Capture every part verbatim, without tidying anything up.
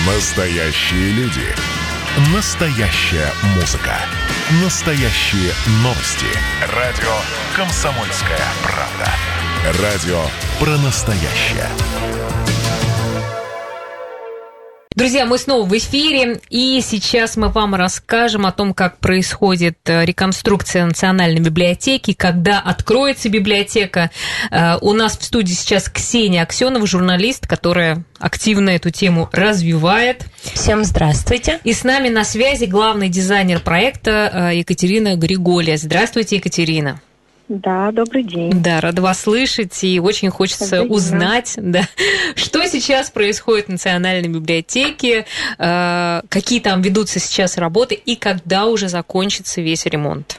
Настоящие люди. Настоящая музыка. Настоящие новости. Радио «Комсомольская правда». Радио про настоящее. Друзья, мы снова в эфире, и сейчас мы вам расскажем о том, как происходит реконструкция Национальной библиотеки, когда откроется библиотека. У нас в студии сейчас Ксения Аксенова, журналист, которая активно эту тему развивает. Всем здравствуйте. И с нами на связи главный дизайнер проекта Екатерина Григолья. Здравствуйте, Екатерина. Да, добрый день. Да, рада вас слышать, и очень хочется Добрый узнать, да, что сейчас происходит в Национальной библиотеке, э, какие там ведутся сейчас работы и когда уже закончится весь ремонт.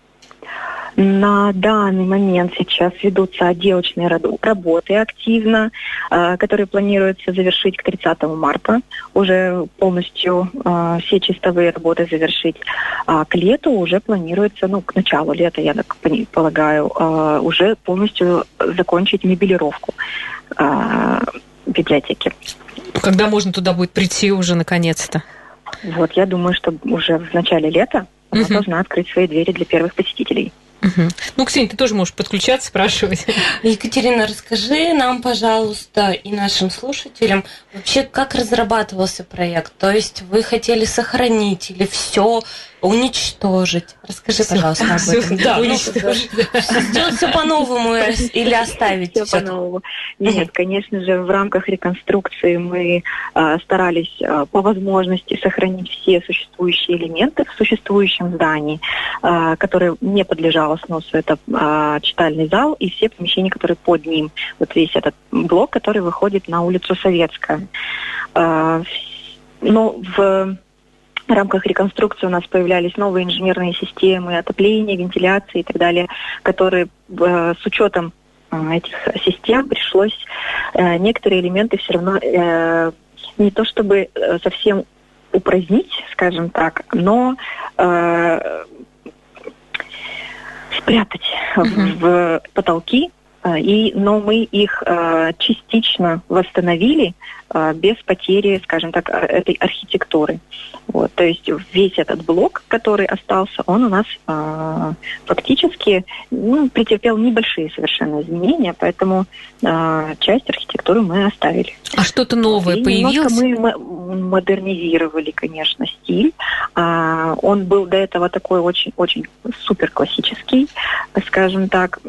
На данный момент сейчас ведутся отделочные работы активно, которые планируется завершить к тридцатому марта. Уже полностью все чистовые работы завершить. А к лету уже планируется, ну, к началу лета, я так полагаю, уже полностью закончить мебелировку библиотеки. Когда можно туда будет прийти уже наконец-то? Вот, я думаю, что уже в начале лета она угу. должна открыть свои двери для первых посетителей. Угу. Ну, Ксения, ты тоже можешь подключаться, спрашивать. Екатерина, расскажи нам, пожалуйста, и нашим слушателям, вообще, как разрабатывался проект? То есть вы хотели сохранить или все уничтожить? Расскажи, всё, пожалуйста, об всё, этом. да, уничтожить. Сделать все по-новому или оставить все по-новому? Нет, конечно же, в рамках реконструкции мы а, старались а, по возможности сохранить все существующие элементы в существующем здании, а, которые не подлежало сносу. Это а, читальный зал и все помещения, которые под ним. Вот весь этот блок, который выходит на улицу Советская. А, но в В рамках реконструкции у нас появлялись новые инженерные системы отопления, вентиляции и так далее, которые э, с учетом э, этих систем пришлось э, некоторые элементы все равно э, не то чтобы э, совсем упразднить, скажем так, но э, спрятать uh-huh. в, в потолки. И, но мы их э, частично восстановили э, без потери, скажем так, этой архитектуры. Вот, то есть весь этот блок, который остался, он у нас э, фактически ну, претерпел небольшие совершенно изменения, поэтому э, часть архитектуры мы оставили. А что-то новое и появилось? Немножко мы модернизировали, конечно, стиль. А, он был до этого такой очень-очень супер классический, скажем так.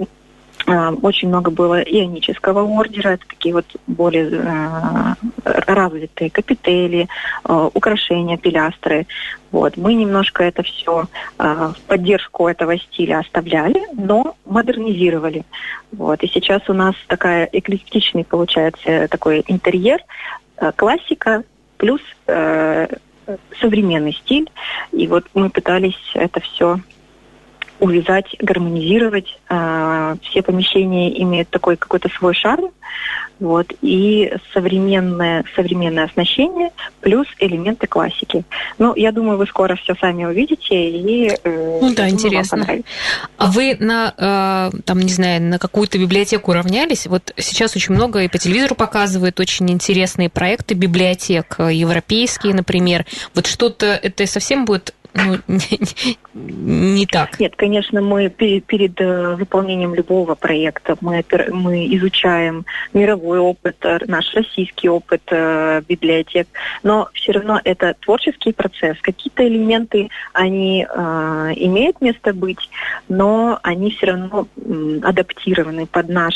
Очень много было ионического ордера, это такие вот более э, развитые капители, э, украшения, пилястры. Вот. Мы немножко это все э, в поддержку этого стиля оставляли, но модернизировали. Вот. И сейчас у нас такая эклектичный получается такой интерьер, э, классика плюс э, современный стиль. И вот мы пытались это все увязать, гармонизировать. Э, все помещения имеют такой какой-то свой шарм. Вот, и современное, современное оснащение плюс элементы классики. Ну, я думаю, вы скоро все сами увидите, и э, ну, да, думаю, интересно. А вы на, э, там, не знаю, на какую-то библиотеку равнялись? Вот сейчас очень много и по телевизору показывают очень интересные проекты библиотек, европейские, например. Вот что-то это совсем будет ну, не, не так. Нет, конечно, мы перед, перед выполнением любого проекта мы, мы изучаем мировой опыт, наш российский опыт э, библиотек, но все равно это творческий процесс. Какие-то элементы, они э, имеют место быть, но они все равно э, адаптированы под наш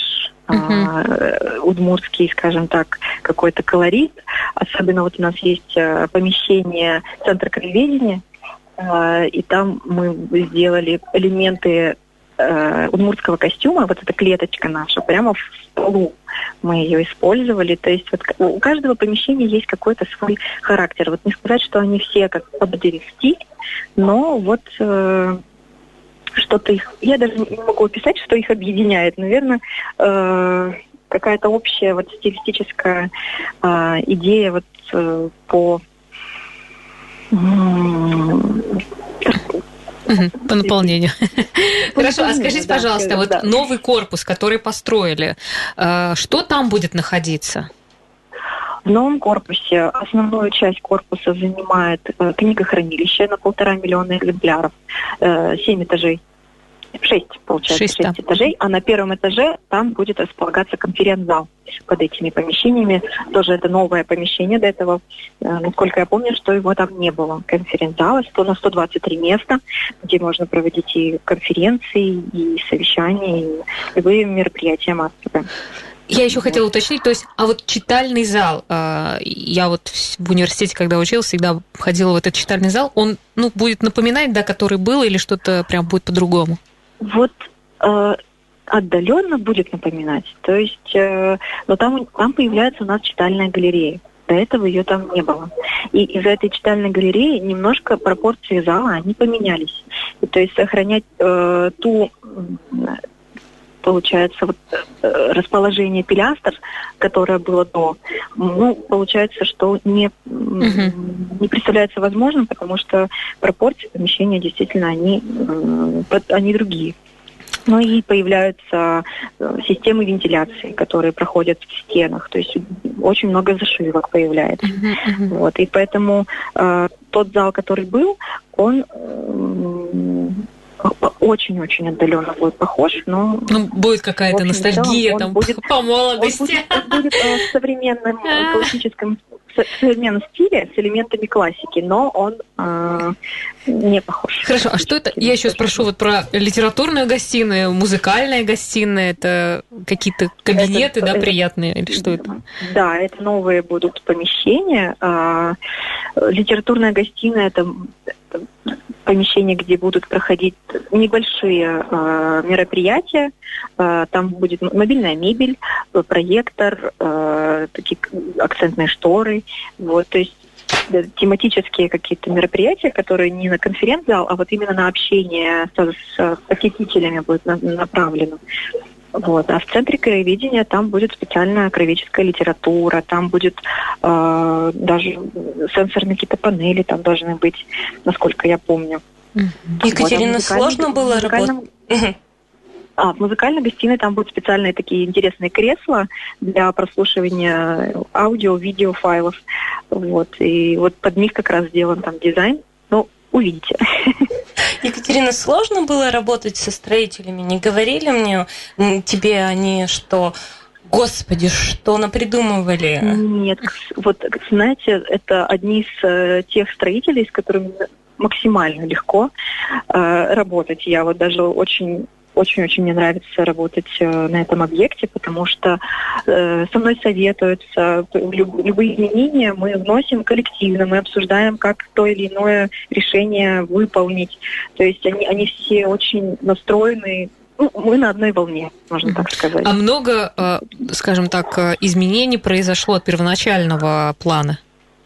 Uh-huh. удмуртский, скажем так, какой-то колорит. Особенно вот у нас есть помещение Центра краеведения, и там мы сделали элементы удмуртского костюма, вот эта клеточка наша, прямо в полу мы ее использовали. То есть вот у каждого помещения есть какой-то свой характер. Вот не сказать, что они все как подбери в стиль, но вот что-то их... Я даже не могу описать, что их объединяет. Наверное, э, какая-то общая вот стилистическая э, идея вот э, по... По наполнению. Хорошо, а скажите, пожалуйста, вот новый корпус, который построили, что там будет находиться? В новом корпусе основную часть корпуса занимает э, книгохранилище на полтора миллиона экземпляров, э, семь этажей. Шесть, получается, шесть, шесть этажей, а на первом этаже там будет располагаться конференц-зал под этими помещениями. Тоже это новое помещение до этого. Насколько я помню, что его там не было. Конференц-зала на сто двадцать три места, где можно проводить и конференции, и совещания, и любые мероприятия массовые. Я еще хотела уточнить, то есть, а вот читальный зал, я вот в университете, когда училась, всегда ходила в этот читальный зал, он, ну, будет напоминать, да, который был, или что-то прям будет по-другому? Вот э, отдаленно будет напоминать. То есть, э, но там, там появляется у нас читальная галерея. До этого ее там не было. И из-за этой читальной галереи немножко пропорции зала, они поменялись. И, то есть сохранять э, ту, получается, вот, э, расположение пилястр, которое было до, ну, получается, что не, uh-huh. не представляется возможным, потому что пропорции помещения действительно, они, э, они другие. Ну и появляются системы вентиляции, которые проходят в стенах, то есть очень много зашивок появляется. Uh-huh, uh-huh. Вот, и поэтому э, тот зал, который был, он э, очень-очень отдаленно будет похож, но... Ну, будет какая-то ностальгия там будет, по молодости. Он будет, он будет э, в современном классическом в современном стиле с элементами классики, но он э, не похож. Хорошо, а что это? Я еще спрошу вот про литературную гостиную, музыкальная гостиная, это какие-то кабинеты, это, да, это, приятные, или что это? Да, это новые будут помещения. А, литературная гостиная – это помещение, где будут проходить небольшие э, мероприятия. Э, там будет мобильная мебель, проектор, э, такие акцентные шторы. Вот, то есть да, тематические какие-то мероприятия, которые не на конференц-зал, а вот именно на общение с, с посетителями будут на, направлены. Вот. А в центре краеведения там будет специальная краеведческая литература, там будет э, даже сенсорные какие-то панели там должны быть, насколько я помню. Екатерина, вот, а сложно было работать? А, в музыкальной гостиной там будут специальные такие интересные кресла для прослушивания аудио, видео файлов. Вот. И вот под них как раз сделан там дизайн. Ну, увидите. Екатерина, сложно было работать со строителями? Не говорили мне тебе они, что, господи, что напридумывали? Нет, вот, знаете, это одни из э, тех строителей, с которыми максимально легко э, работать. Я вот даже очень... Очень-очень мне нравится работать э, на этом объекте, потому что э, со мной советуются, люб, любые изменения мы вносим коллективно, мы обсуждаем, как то или иное решение выполнить. То есть они, они все очень настроены, ну, мы на одной волне, можно так сказать. А много, э, скажем так, изменений произошло от первоначального плана?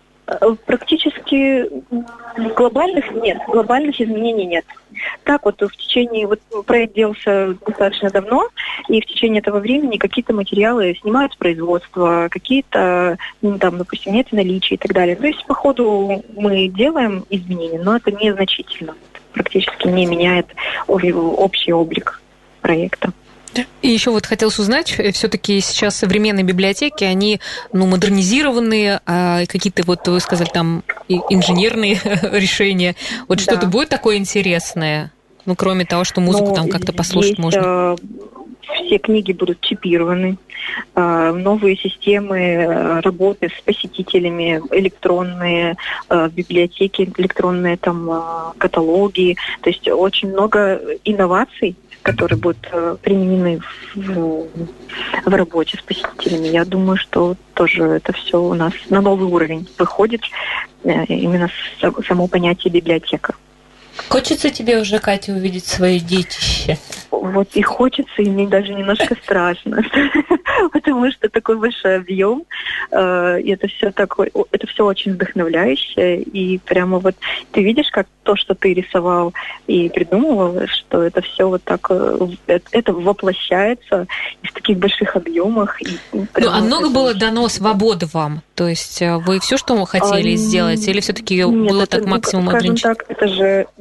Практически глобальных нет, глобальных изменений нет. Так вот в течение, вот проект делался достаточно давно, и в течение этого времени какие-то материалы снимают с производства, какие-то, ну, там, допустим, нет наличия и так далее. То есть по ходу мы делаем изменения, но это незначительно, практически не меняет общий облик проекта. И еще вот хотелось узнать, все-таки сейчас современные библиотеки, они, ну, модернизированные, а какие-то, вот вы сказали, там инженерные решения. Вот да. Что-то будет такое интересное, ну, кроме того, что музыку, ну, там как-то послушать можно? Все книги будут чипированы, новые системы работы с посетителями, электронные библиотеки, электронные там каталоги. То есть очень много инноваций, которые будут применены в, в работе с посетителями. Я думаю, что тоже это все у нас на новый уровень выходит, именно само понятие библиотека. Хочется тебе уже, Катя, увидеть свое детище? Вот и хочется, и мне даже немножко страшно, потому что такой большой объем, и это все такое, это все очень вдохновляющее, и прямо вот ты видишь, как то, что ты рисовал и придумывал, что это все вот так, это воплощается в таких больших объемах. И ну, а много было дано свободы вам? То есть вы все, что вы хотели а, сделать, или все-таки было так максимум ограничено? Скажем так, это же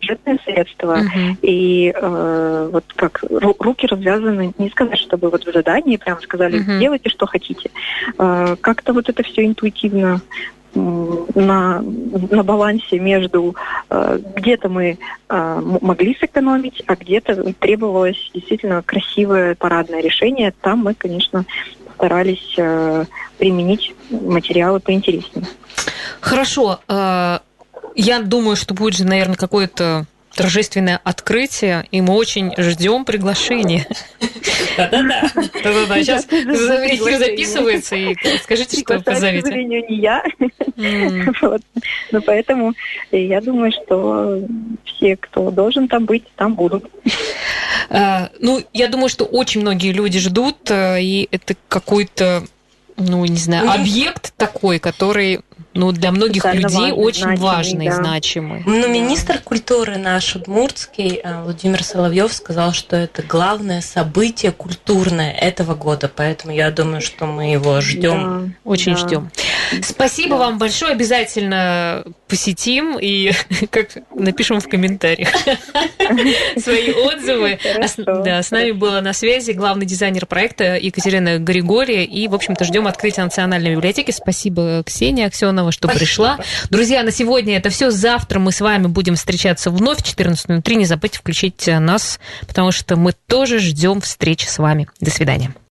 бюджетные средства. Мгм. И э, вот как ру- руки развязаны, не сказать, чтобы вот в задании прямо сказали, Мгм. делайте, что хотите. Э, как-то вот это все интуитивно м, на, на балансе между э, где-то мы э, м- могли сэкономить, а где-то требовалось действительно красивое парадное решение. Там мы, конечно, старались э, применить материалы поинтереснее. Хорошо. э, Я думаю, что будет же, наверное, какое-то торжественное открытие, и мы очень ждем приглашения. Да-да-да. Да-да-да. Сейчас эфир записывается, и скажите, что Приглашаю, к позовите. сожалению, не я. М. Вот. Но поэтому я думаю, что все, кто должен там быть, там будут. Э, Ну, я думаю, что очень многие люди ждут, э, и это какой-то, ну, не знаю, объект такой, который, ну, для многих Социально людей важный, очень значимый, важный, да. значимый. Ну, министр культуры наш удмуртский э, Владимир Соловьев сказал, что это главное событие культурное этого года, поэтому я думаю, что мы его ждем. Да, Очень да. ждем. Спасибо вам большое. Обязательно посетим и как напишем в комментариях свои отзывы. А с- Хорошо, Да, с нами была на связи главный дизайнер проекта Екатерина Григория. И, в общем-то, ждем открытия Национальной библиотеки. Спасибо, Ксения Аксенова, что Спасибо. пришла. Друзья, на сегодня это все. Завтра мы с вами будем встречаться вновь в четырнадцать ноль три. Не забудьте включить нас, потому что мы тоже ждем встречи с вами. До свидания.